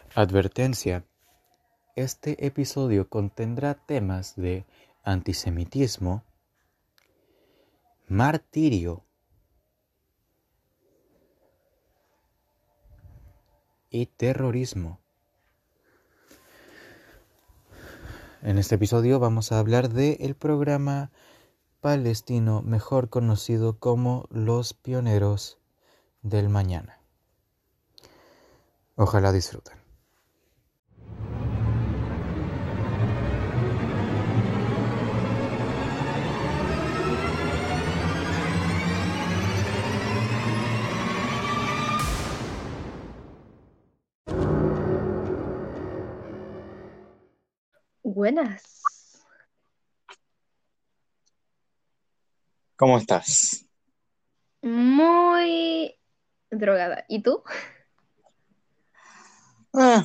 Advertencia: este episodio contendrá temas de antisemitismo, martirio y terrorismo. En este episodio vamos a hablar del programa palestino mejor conocido como Los Pioneros del Mañana. Ojalá disfruten. Buenas. ¿Cómo estás? Muy drogada. ¿Y tú? Ah,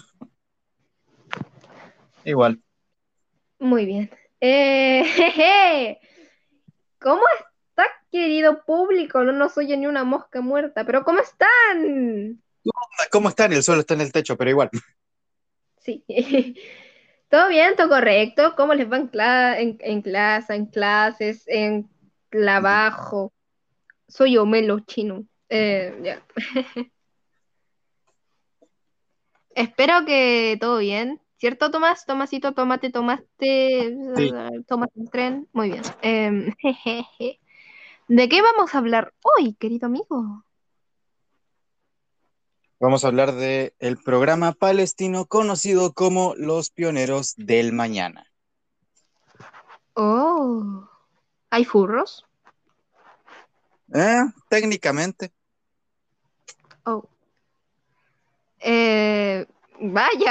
igual. Muy bien. Jeje. ¿Cómo está, querido público? No soy ni una mosca muerta, pero ¿cómo están? ¿Cómo están? El suelo está en el techo, pero igual. Sí. ¿Todo bien? ¿Todo correcto? ¿Cómo les va en clase, en clases, en trabajo? Soy Homelo Chino. Ya. Espero que todo bien. ¿Cierto, Tomás? Tomasito, tomaste, Sí, tomaste el tren. Muy bien. Jejeje. ¿De qué vamos a hablar hoy, querido amigo? vamos a hablar de el programa palestino conocido como Los Pioneros del Mañana. Oh, ¿hay furros? Técnicamente, Oh, vaya.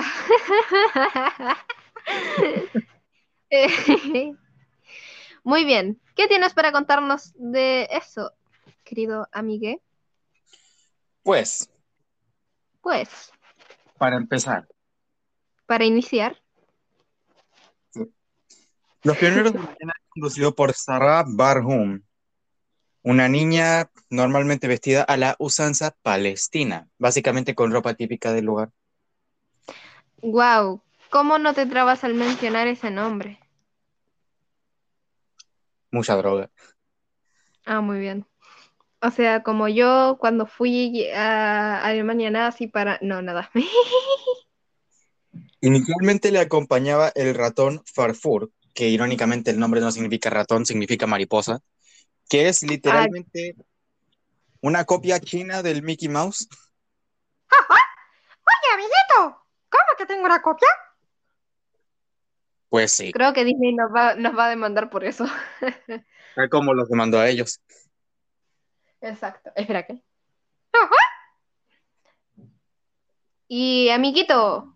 Eh, Muy bien. ¿Qué tienes para contarnos de eso, querido amigue? pues, Pues, para empezar, para iniciar. Los Pioneros del Mañana es conducido por Sarah Barhum, una niña normalmente vestida a la usanza palestina, básicamente con ropa típica del lugar. Wow, ¿cómo no te trabas al mencionar ese nombre? Mucha droga. Ah, muy bien. O sea, como yo cuando fui a Alemania nazi para... No, nada. Inicialmente le acompañaba el ratón Farfur, que irónicamente el nombre no significa ratón, significa mariposa, que es Ah, literalmente una copia china del Mickey Mouse. oye, amiguito, ¿cómo que tengo una copia? Pues sí, Creo que Disney nos va a demandar por eso. tal como los demandó a ellos. Exacto. Espera, ¿qué? Y amiguito,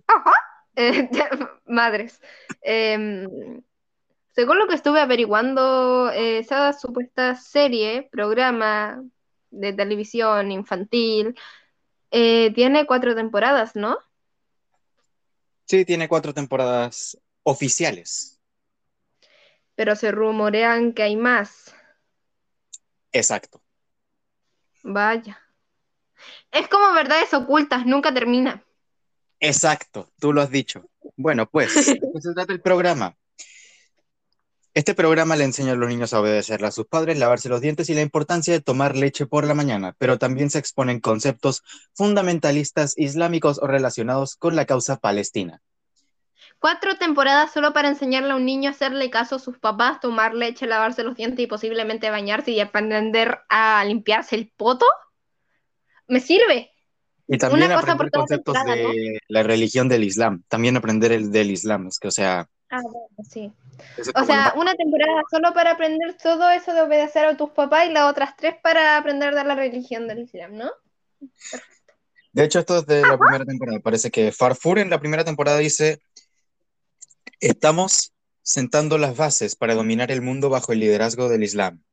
madres. em, Según lo que estuve averiguando, esa supuesta serie, programa de televisión infantil, tiene 4 temporadas, ¿no? Sí, tiene 4 temporadas oficiales. Pero se rumorean que hay más. Exacto, Vaya. Es como verdades ocultas, nunca termina. exacto, tú lo has dicho. Bueno, pues, ¿de qué se trata el programa? Este programa le enseña a los niños a obedecerle a sus padres, lavarse los dientes y la importancia de tomar leche por la mañana, pero también se exponen conceptos fundamentalistas islámicos o relacionados con la causa palestina. 4 temporadas solo para enseñarle a un niño a hacerle caso a sus papás, tomar leche, lavarse los dientes y posiblemente bañarse y aprender a limpiarse el poto. ¿Me sirve? Y Una también cosa por aprender cada conceptos temporada, ¿no? de la religión del Islam, también aprender el del Islam, es que, o sea, Ah, bueno, sí. ese es O como el sea, más. una temporada solo para aprender todo eso de obedecer a tus papás y las otras 3 para aprender de la religión del Islam, ¿no? Perfecto. De hecho, esto es de la primera temporada. Parece que Farfur en la primera temporada dice, estamos sentando las bases para dominar el mundo bajo el liderazgo del Islam.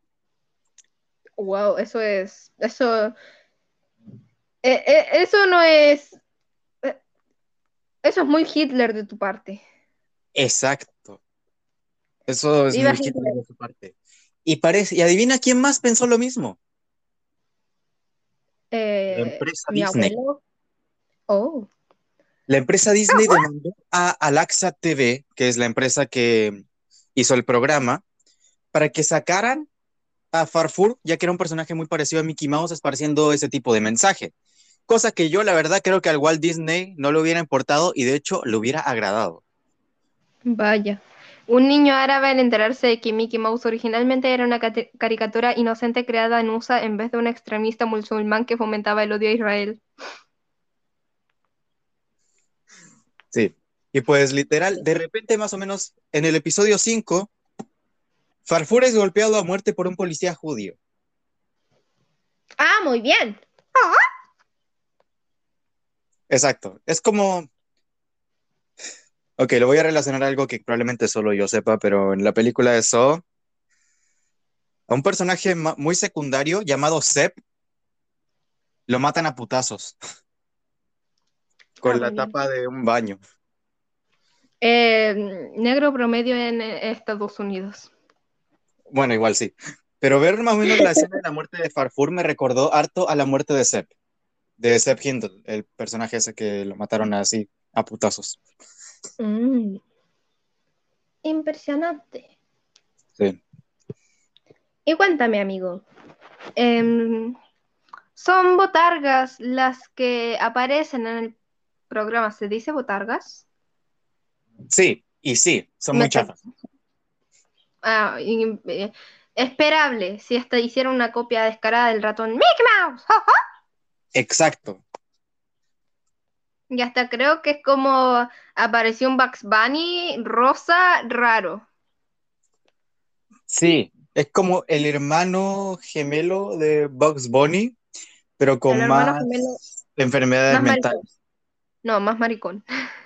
Wow, eso no es, eh, eso es muy Hitler de tu parte. Exacto. Eso es Viva muy Hitler Hitler. de su parte. Y adivina quién más pensó lo mismo. La empresa Mi Disney. abuelo. Oh. La empresa Disney demandó a Alaxa TV, que es la empresa que hizo el programa, para que sacaran a Farfur, ya que era un personaje muy parecido a Mickey Mouse, esparciendo ese tipo de mensaje. Cosa que yo, la verdad, creo que al Walt Disney no le hubiera importado y de hecho le hubiera agradado. Vaya. Un niño árabe al enterarse de que Mickey Mouse originalmente era una caricatura inocente creada en USA en vez de un extremista musulmán que fomentaba el odio a Israel. Sí. Y pues literal, de repente más o menos en el episodio 5, Farfur es golpeado a muerte por un policía judío. Ah, muy bien. Exacto. Es como... Ok, lo voy a relacionar a algo que probablemente solo yo sepa, pero en la película de Saw, a un personaje muy secundario llamado Sep lo matan a putazos Ah, con muy la bien. tapa de un baño. Negro promedio en Estados Unidos. Bueno, igual sí. Pero ver más o menos la escena de la muerte de Farfur me recordó harto a la muerte de Sep Hindle, el personaje ese que lo mataron así a putazos. Mm, impresionante. Sí. Y cuéntame, amigo. em, ¿Son botargas las que aparecen en el programa? ¿Se dice botargas? Sí, y sí, son Me muy estoy- chafas. esperable si hasta hiciera una copia descarada del ratón Mickey Mouse. ¡Ja, ja! Exacto. Y hasta creo que es como apareció un Bugs Bunny rosa raro. Sí, es como el hermano gemelo de Bugs Bunny, pero El con hermano gemelo más enfermedades más maricón. mentales. No, más maricón.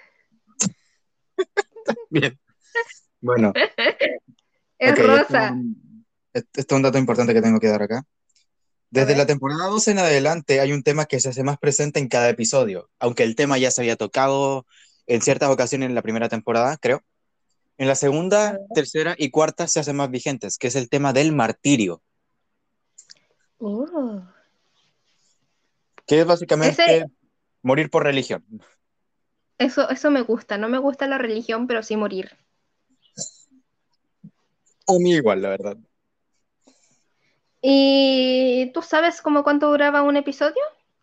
Bien. Bueno, Es ok, rosa. esto es un dato importante que tengo que dar acá. A Desde la ver. temporada 12 en adelante hay un tema que se hace más presente en cada episodio, aunque el tema ya se había tocado en ciertas ocasiones en la primera temporada, creo. En la A segunda, ver. tercera y cuarta se hacen más vigentes, que es el tema del martirio, Uh, que es ese, básicamente morir por religión. eso me gusta. No me gusta la religión, pero sí morir. A mí igual, la verdad. ¿Y tú sabes como cuánto duraba un episodio?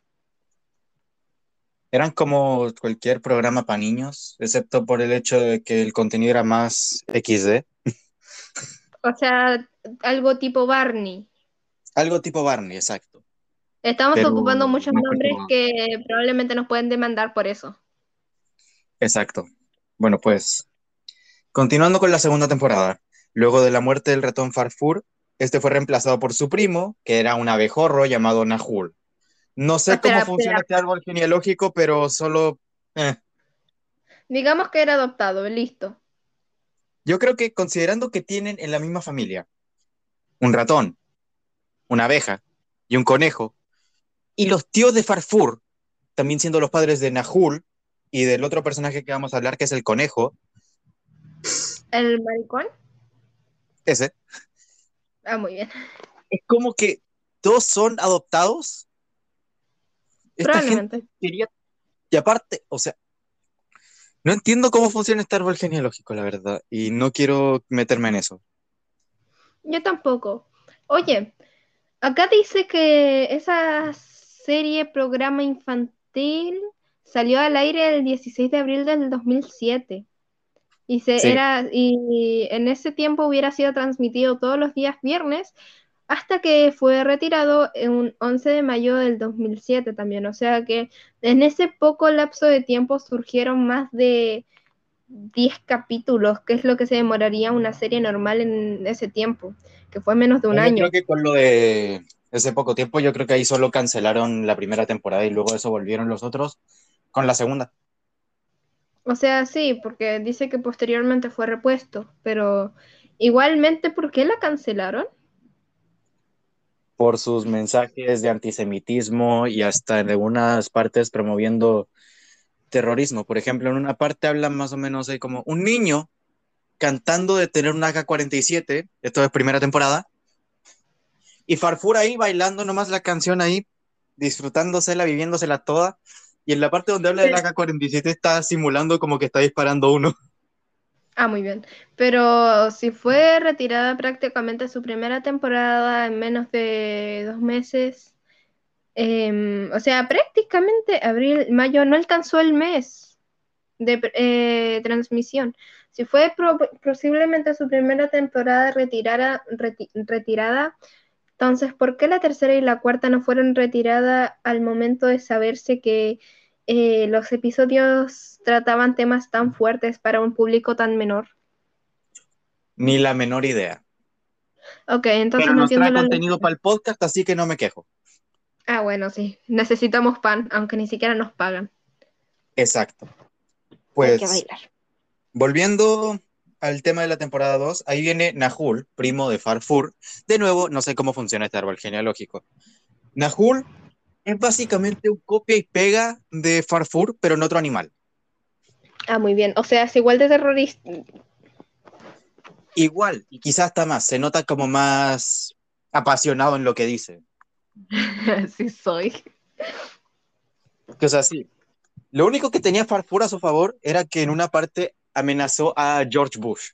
Eran como cualquier programa para niños, excepto por el hecho de que el contenido era más XD. O sea, algo tipo Barney. Algo tipo Barney, exacto, Estamos pero ocupando muchos más nombres perturbado. que probablemente nos pueden demandar por eso. Exacto. Bueno, pues continuando con la segunda temporada, luego de la muerte del ratón Farfur, este fue reemplazado por su primo, que era un abejorro llamado Nahul. No sé cómo Espera, espera. funciona este árbol genealógico, pero solo... Digamos que era adoptado, listo. Yo creo que considerando que tienen en la misma familia un ratón, una abeja y un conejo, y los tíos de Farfur, también siendo los padres de Nahul y del otro personaje que vamos a hablar, que es el conejo, ¿El maricón? ese, Ah, muy bien. es como que todos son adoptados. Esta gente Probablemente. quería... Y aparte, o sea, no entiendo cómo funciona este árbol genealógico, la verdad, y no quiero meterme en eso. Yo tampoco. Oye, acá dice que esa serie programa infantil salió al aire el 16 de abril del 2007. Sí, Y en ese tiempo hubiera sido transmitido todos los días viernes hasta que fue retirado en un 11 de mayo del 2007 también. O sea que en ese poco lapso de tiempo surgieron más de 10 capítulos, que es lo que se demoraría una serie normal en ese tiempo, que fue menos de un yo creo año. que con lo de ese poco tiempo, yo creo que ahí solo cancelaron la primera temporada y luego de eso volvieron los otros con la segunda, O sea, sí, porque dice que posteriormente fue repuesto, pero igualmente, ¿por qué la cancelaron? por sus mensajes de antisemitismo y hasta en algunas partes promoviendo terrorismo. Por ejemplo, en una parte hablan más o menos de como un niño cantando de tener un AK-47, esto es primera temporada, y Farfur ahí bailando nomás la canción ahí, disfrutándosela, viviéndosela toda. Y en la parte donde habla del AK-47 está simulando como que está disparando uno. Ah, muy bien. Pero si fue retirada prácticamente su primera temporada en menos de 2 meses, o sea, prácticamente abril, mayo, no alcanzó el mes de transmisión. Si fue posiblemente su primera temporada retirada, entonces, ¿por qué la tercera y la cuarta no fueron retiradas al momento de saberse que los episodios trataban temas tan fuertes para un público tan menor? Ni la menor idea. Ok, entonces Pero no nos entiendo trae la contenido lógica. para el podcast, así que no me quejo. Ah, bueno, sí. Necesitamos pan, aunque ni siquiera nos pagan. Exacto. Hay que Pues, bailar. volviendo al tema de la temporada 2, ahí viene Nahul, primo de Farfur. De nuevo, no sé cómo funciona este árbol genealógico. Nahul es básicamente un copia y pega de Farfur, pero en otro animal. Ah, muy bien. O sea, es igual de terrorista. Igual, y quizás hasta más, se nota como más apasionado en lo que dice. Sí soy. Que, o sea, sí, lo único que tenía Farfur a su favor era que en una parte amenazó a George Bush.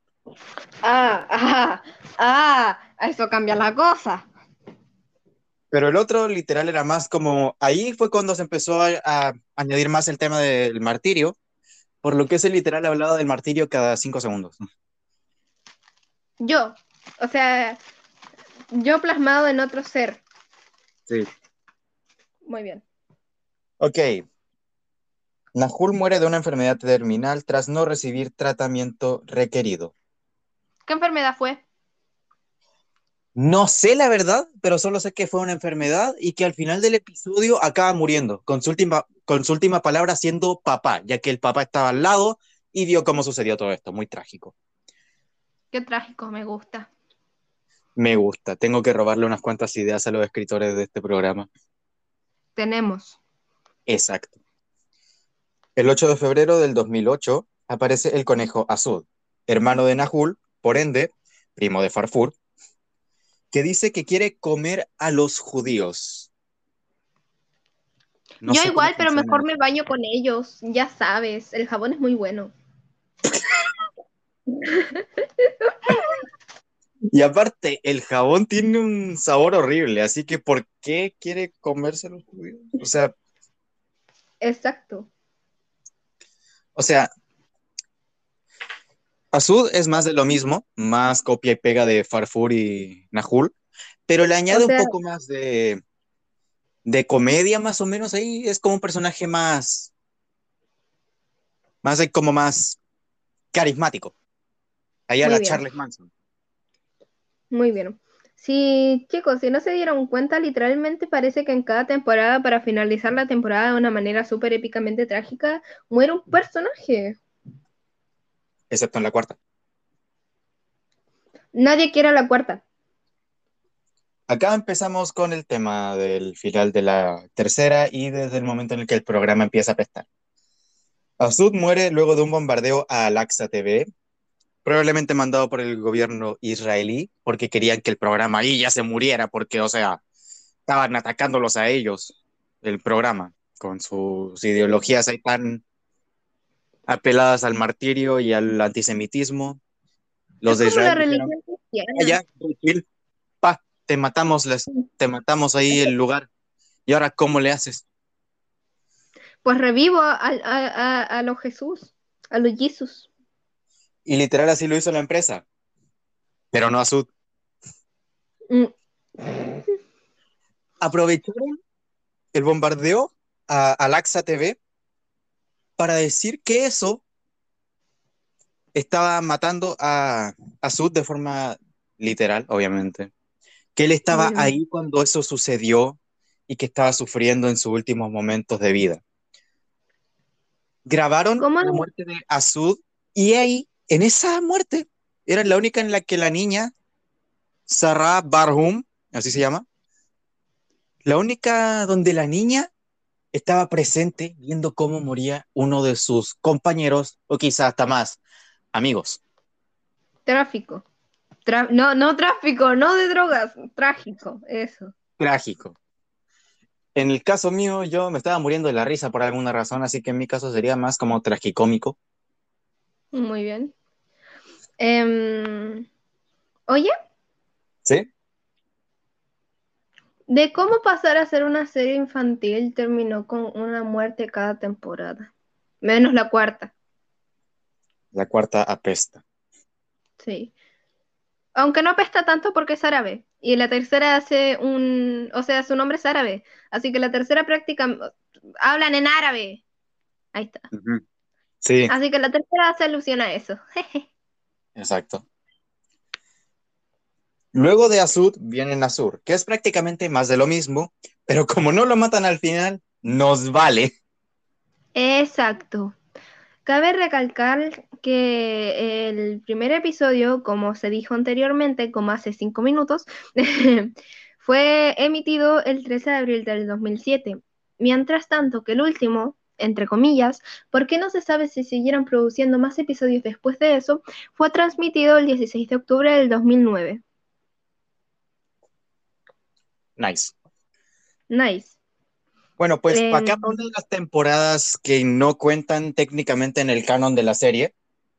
Eso cambia la cosa. Pero el otro literal era más como, ahí fue cuando se empezó a añadir más el tema del martirio, por lo que ese literal hablaba del martirio cada 5 segundos. Yo, o sea, yo plasmado en otro ser. Sí. Muy bien. Ok, Nahul muere de una enfermedad terminal tras no recibir tratamiento requerido. ¿Qué enfermedad fue? No sé la verdad, pero solo sé que fue una enfermedad y que al final del episodio acaba muriendo, con su última palabra siendo papá, ya que el papá estaba al lado y vio cómo sucedió todo esto. Muy trágico. Qué trágico, me gusta. Me gusta. Tengo que robarle unas cuantas ideas a los escritores de este programa. Tenemos. Exacto. El 8 de febrero del 2008 aparece el conejo Azud, hermano de Nahul, por ende, primo de Farfur, que dice que quiere comer a los judíos. No Yo sé cómo igual, pero funciona mejor me eso. baño con ellos. Ya sabes, el jabón es muy bueno. Y aparte, el jabón tiene un sabor horrible, así que ¿por qué quiere comerse a los judíos? Exacto. O sea, Azud es más de lo mismo, más copia y pega de Farfur y Nahul, pero le O añade un sea, poco más de comedia más o menos ahí, es como un personaje como más carismático, ahí a muy la bien, Charles Manson. muy bien. Sí, chicos, si no se dieron cuenta, literalmente parece que en cada temporada, para finalizar la temporada de una manera súper épicamente trágica, muere un personaje. Excepto en la cuarta. Nadie quiere a la cuarta. Acá empezamos con el tema del final de la tercera y desde el momento en el que el programa empieza a apestar. Azud muere luego de un bombardeo a Al-Aqsa TV, probablemente mandado por el gobierno israelí, porque querían que el programa ahí ya se muriera, porque, o sea, estaban atacándolos a ellos, el programa, con sus ideologías ahí tan apeladas al martirio y al antisemitismo. Es Los de como la Israel dijeron, religión cristiana. allá, tranquil, pa, te matamos ahí el lugar. ¿Y ahora cómo le haces? Pues revivo a los Jesús, a los Jesús. Y literal así lo hizo la empresa, pero no Azud. Mm. Aprovecharon el bombardeo a Al-Aqsa TV para decir que eso estaba matando a Sud de forma literal, obviamente. Que él estaba Bueno, ahí cuando eso sucedió y que estaba sufriendo en sus últimos momentos de vida. Grabaron ¿cómo? la muerte de Asud y ahí, en esa muerte, era la única en la que la niña, Sarah Barhum, así se llama, la única donde la niña estaba presente viendo cómo moría uno de sus compañeros, o quizás hasta más, amigos. Tráfico. No, no tráfico, no de drogas, trágico, eso. Trágico. En el caso mío, yo me estaba muriendo de la risa por alguna razón, así que en mi caso sería más como tragicómico. Muy bien. Em, Oye, ¿Sí? de cómo pasar a ser una serie infantil terminó con una muerte cada temporada. Menos la cuarta, La cuarta apesta. sí. Aunque no apesta tanto porque es árabe. Y la tercera hace o sea, su nombre es árabe. Así que la tercera práctica hablan en árabe. Ahí está. Ujú. Sí, Así que la tercera hace alusión a eso. exacto. Luego de Asud viene Nasur, que es prácticamente más de lo mismo, pero como no lo matan al final, nos vale. Exacto. Cabe recalcar que el primer episodio, como se dijo anteriormente, como hace 5 minutos, fue emitido el 13 de abril del 2007. Mientras tanto que el último, entre comillas, porque no se sabe si siguieron produciendo más episodios después de eso, fue transmitido el 16 de octubre del 2009. Nice. Nice. Bueno, pues para Em, cada una de las temporadas que no cuentan técnicamente en el canon de la serie,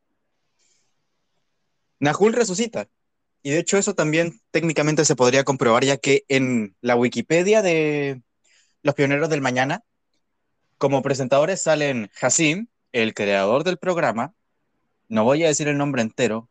Nahul resucita. Y de hecho eso también técnicamente se podría comprobar, ya que en la Wikipedia de Los Pioneros del Mañana, como presentadores salen Hassim, el creador del programa, no voy a decir el nombre entero,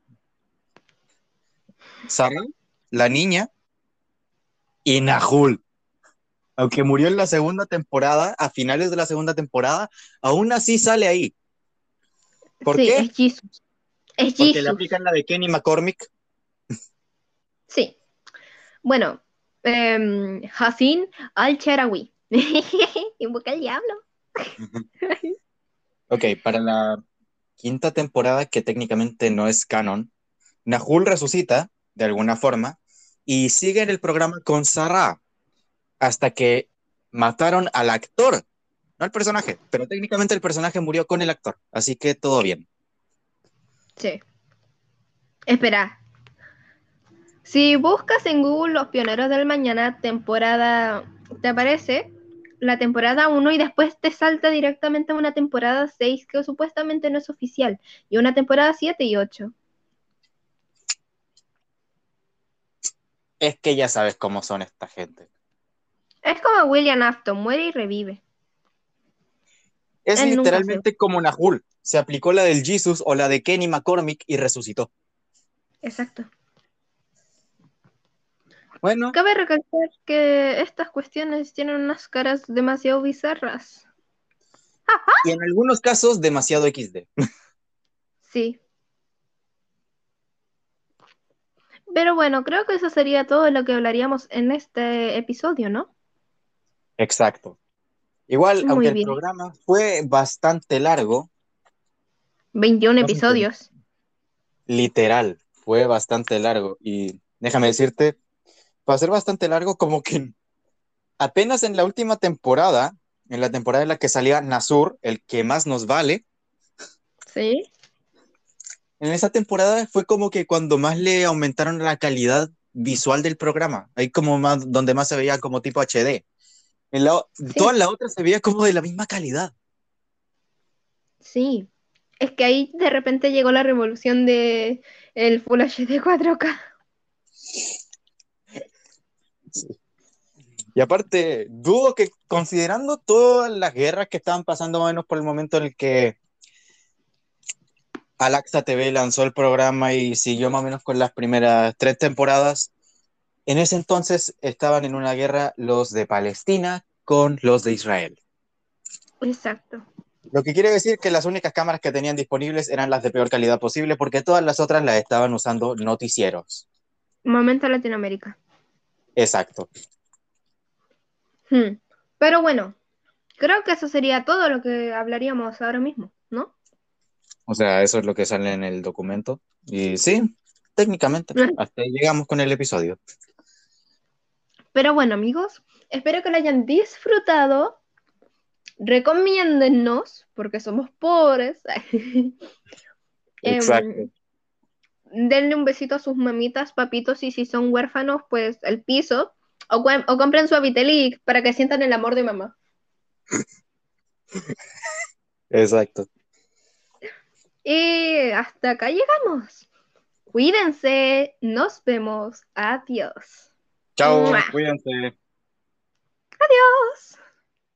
Sarah, la niña, y Nahul. Aunque murió en la segunda temporada, a finales de la segunda temporada, aún así sale ahí. ¿Por sí, qué? es Jesus. Es Porque le Jesus. aplican la de Kenny McCormick. Sí. Bueno, Hassin al-Charawi. Invoca al diablo. Ok, para la quinta temporada, que técnicamente no es canon, Nahul resucita de alguna forma y sigue en el programa con Sarah hasta que mataron al actor, no al personaje, pero técnicamente el personaje murió con el actor, así que todo bien. Sí. Espera. Si buscas en Google Los Pioneros del Mañana, temporada, te aparece la temporada 1 y después te salta directamente a una temporada 6 que supuestamente no es oficial, y una temporada 7 y 8. Es que ya sabes cómo son esta gente. Es como William Afton, muere y revive. Es Él nunca se... literalmente como Nahul. Se aplicó la del Jesus o la de Kenny McCormick y resucitó. Exacto. Bueno, Cabe recalcar que estas cuestiones tienen unas caras demasiado bizarras. y en algunos casos demasiado XD. Sí. Pero bueno, creo que eso sería todo lo que hablaríamos en este episodio, ¿no? Exacto. Igual, aunque Muy el bien. programa fue bastante largo, 21 no sé si episodios. literal, fue bastante largo. Y déjame decirte, para ser bastante largo, como que apenas en la última temporada, en la temporada en la que salía Nasur, el que más nos vale, ¿Sí? en esa temporada fue como que cuando más le aumentaron la calidad visual del programa. Ahí como más, donde más se veía como tipo HD. En toda Sí, la otra se veía como de la misma calidad. sí. Es que ahí de repente llegó la revolución de el Full HD 4K. Y aparte, dudo que considerando todas las guerras que estaban pasando más o menos por el momento en el que Al-Aqsa TV lanzó el programa y siguió más o menos con las primeras 3 temporadas, en ese entonces estaban en una guerra los de Palestina con los de Israel. Exacto. Lo que quiere decir que las únicas cámaras que tenían disponibles eran las de peor calidad posible porque todas las otras las estaban usando noticieros. Momento Latinoamérica. Exacto. Hmm. Pero bueno, creo que eso sería todo lo que hablaríamos ahora mismo, ¿no? O sea, eso es lo que sale en el documento. Y sí, técnicamente, hasta ahí llegamos con el episodio. Pero bueno, amigos, espero que lo hayan disfrutado. Recomiéndennos, porque somos pobres. Exacto. Em, Denle un besito a sus mamitas, papitos, y si son huérfanos, pues el piso. O compren su Vitelic para que sientan el amor de mamá. Exacto. Y hasta acá llegamos. Cuídense, nos vemos. Adiós. Chao, ¡Mua! cuídense. Adiós.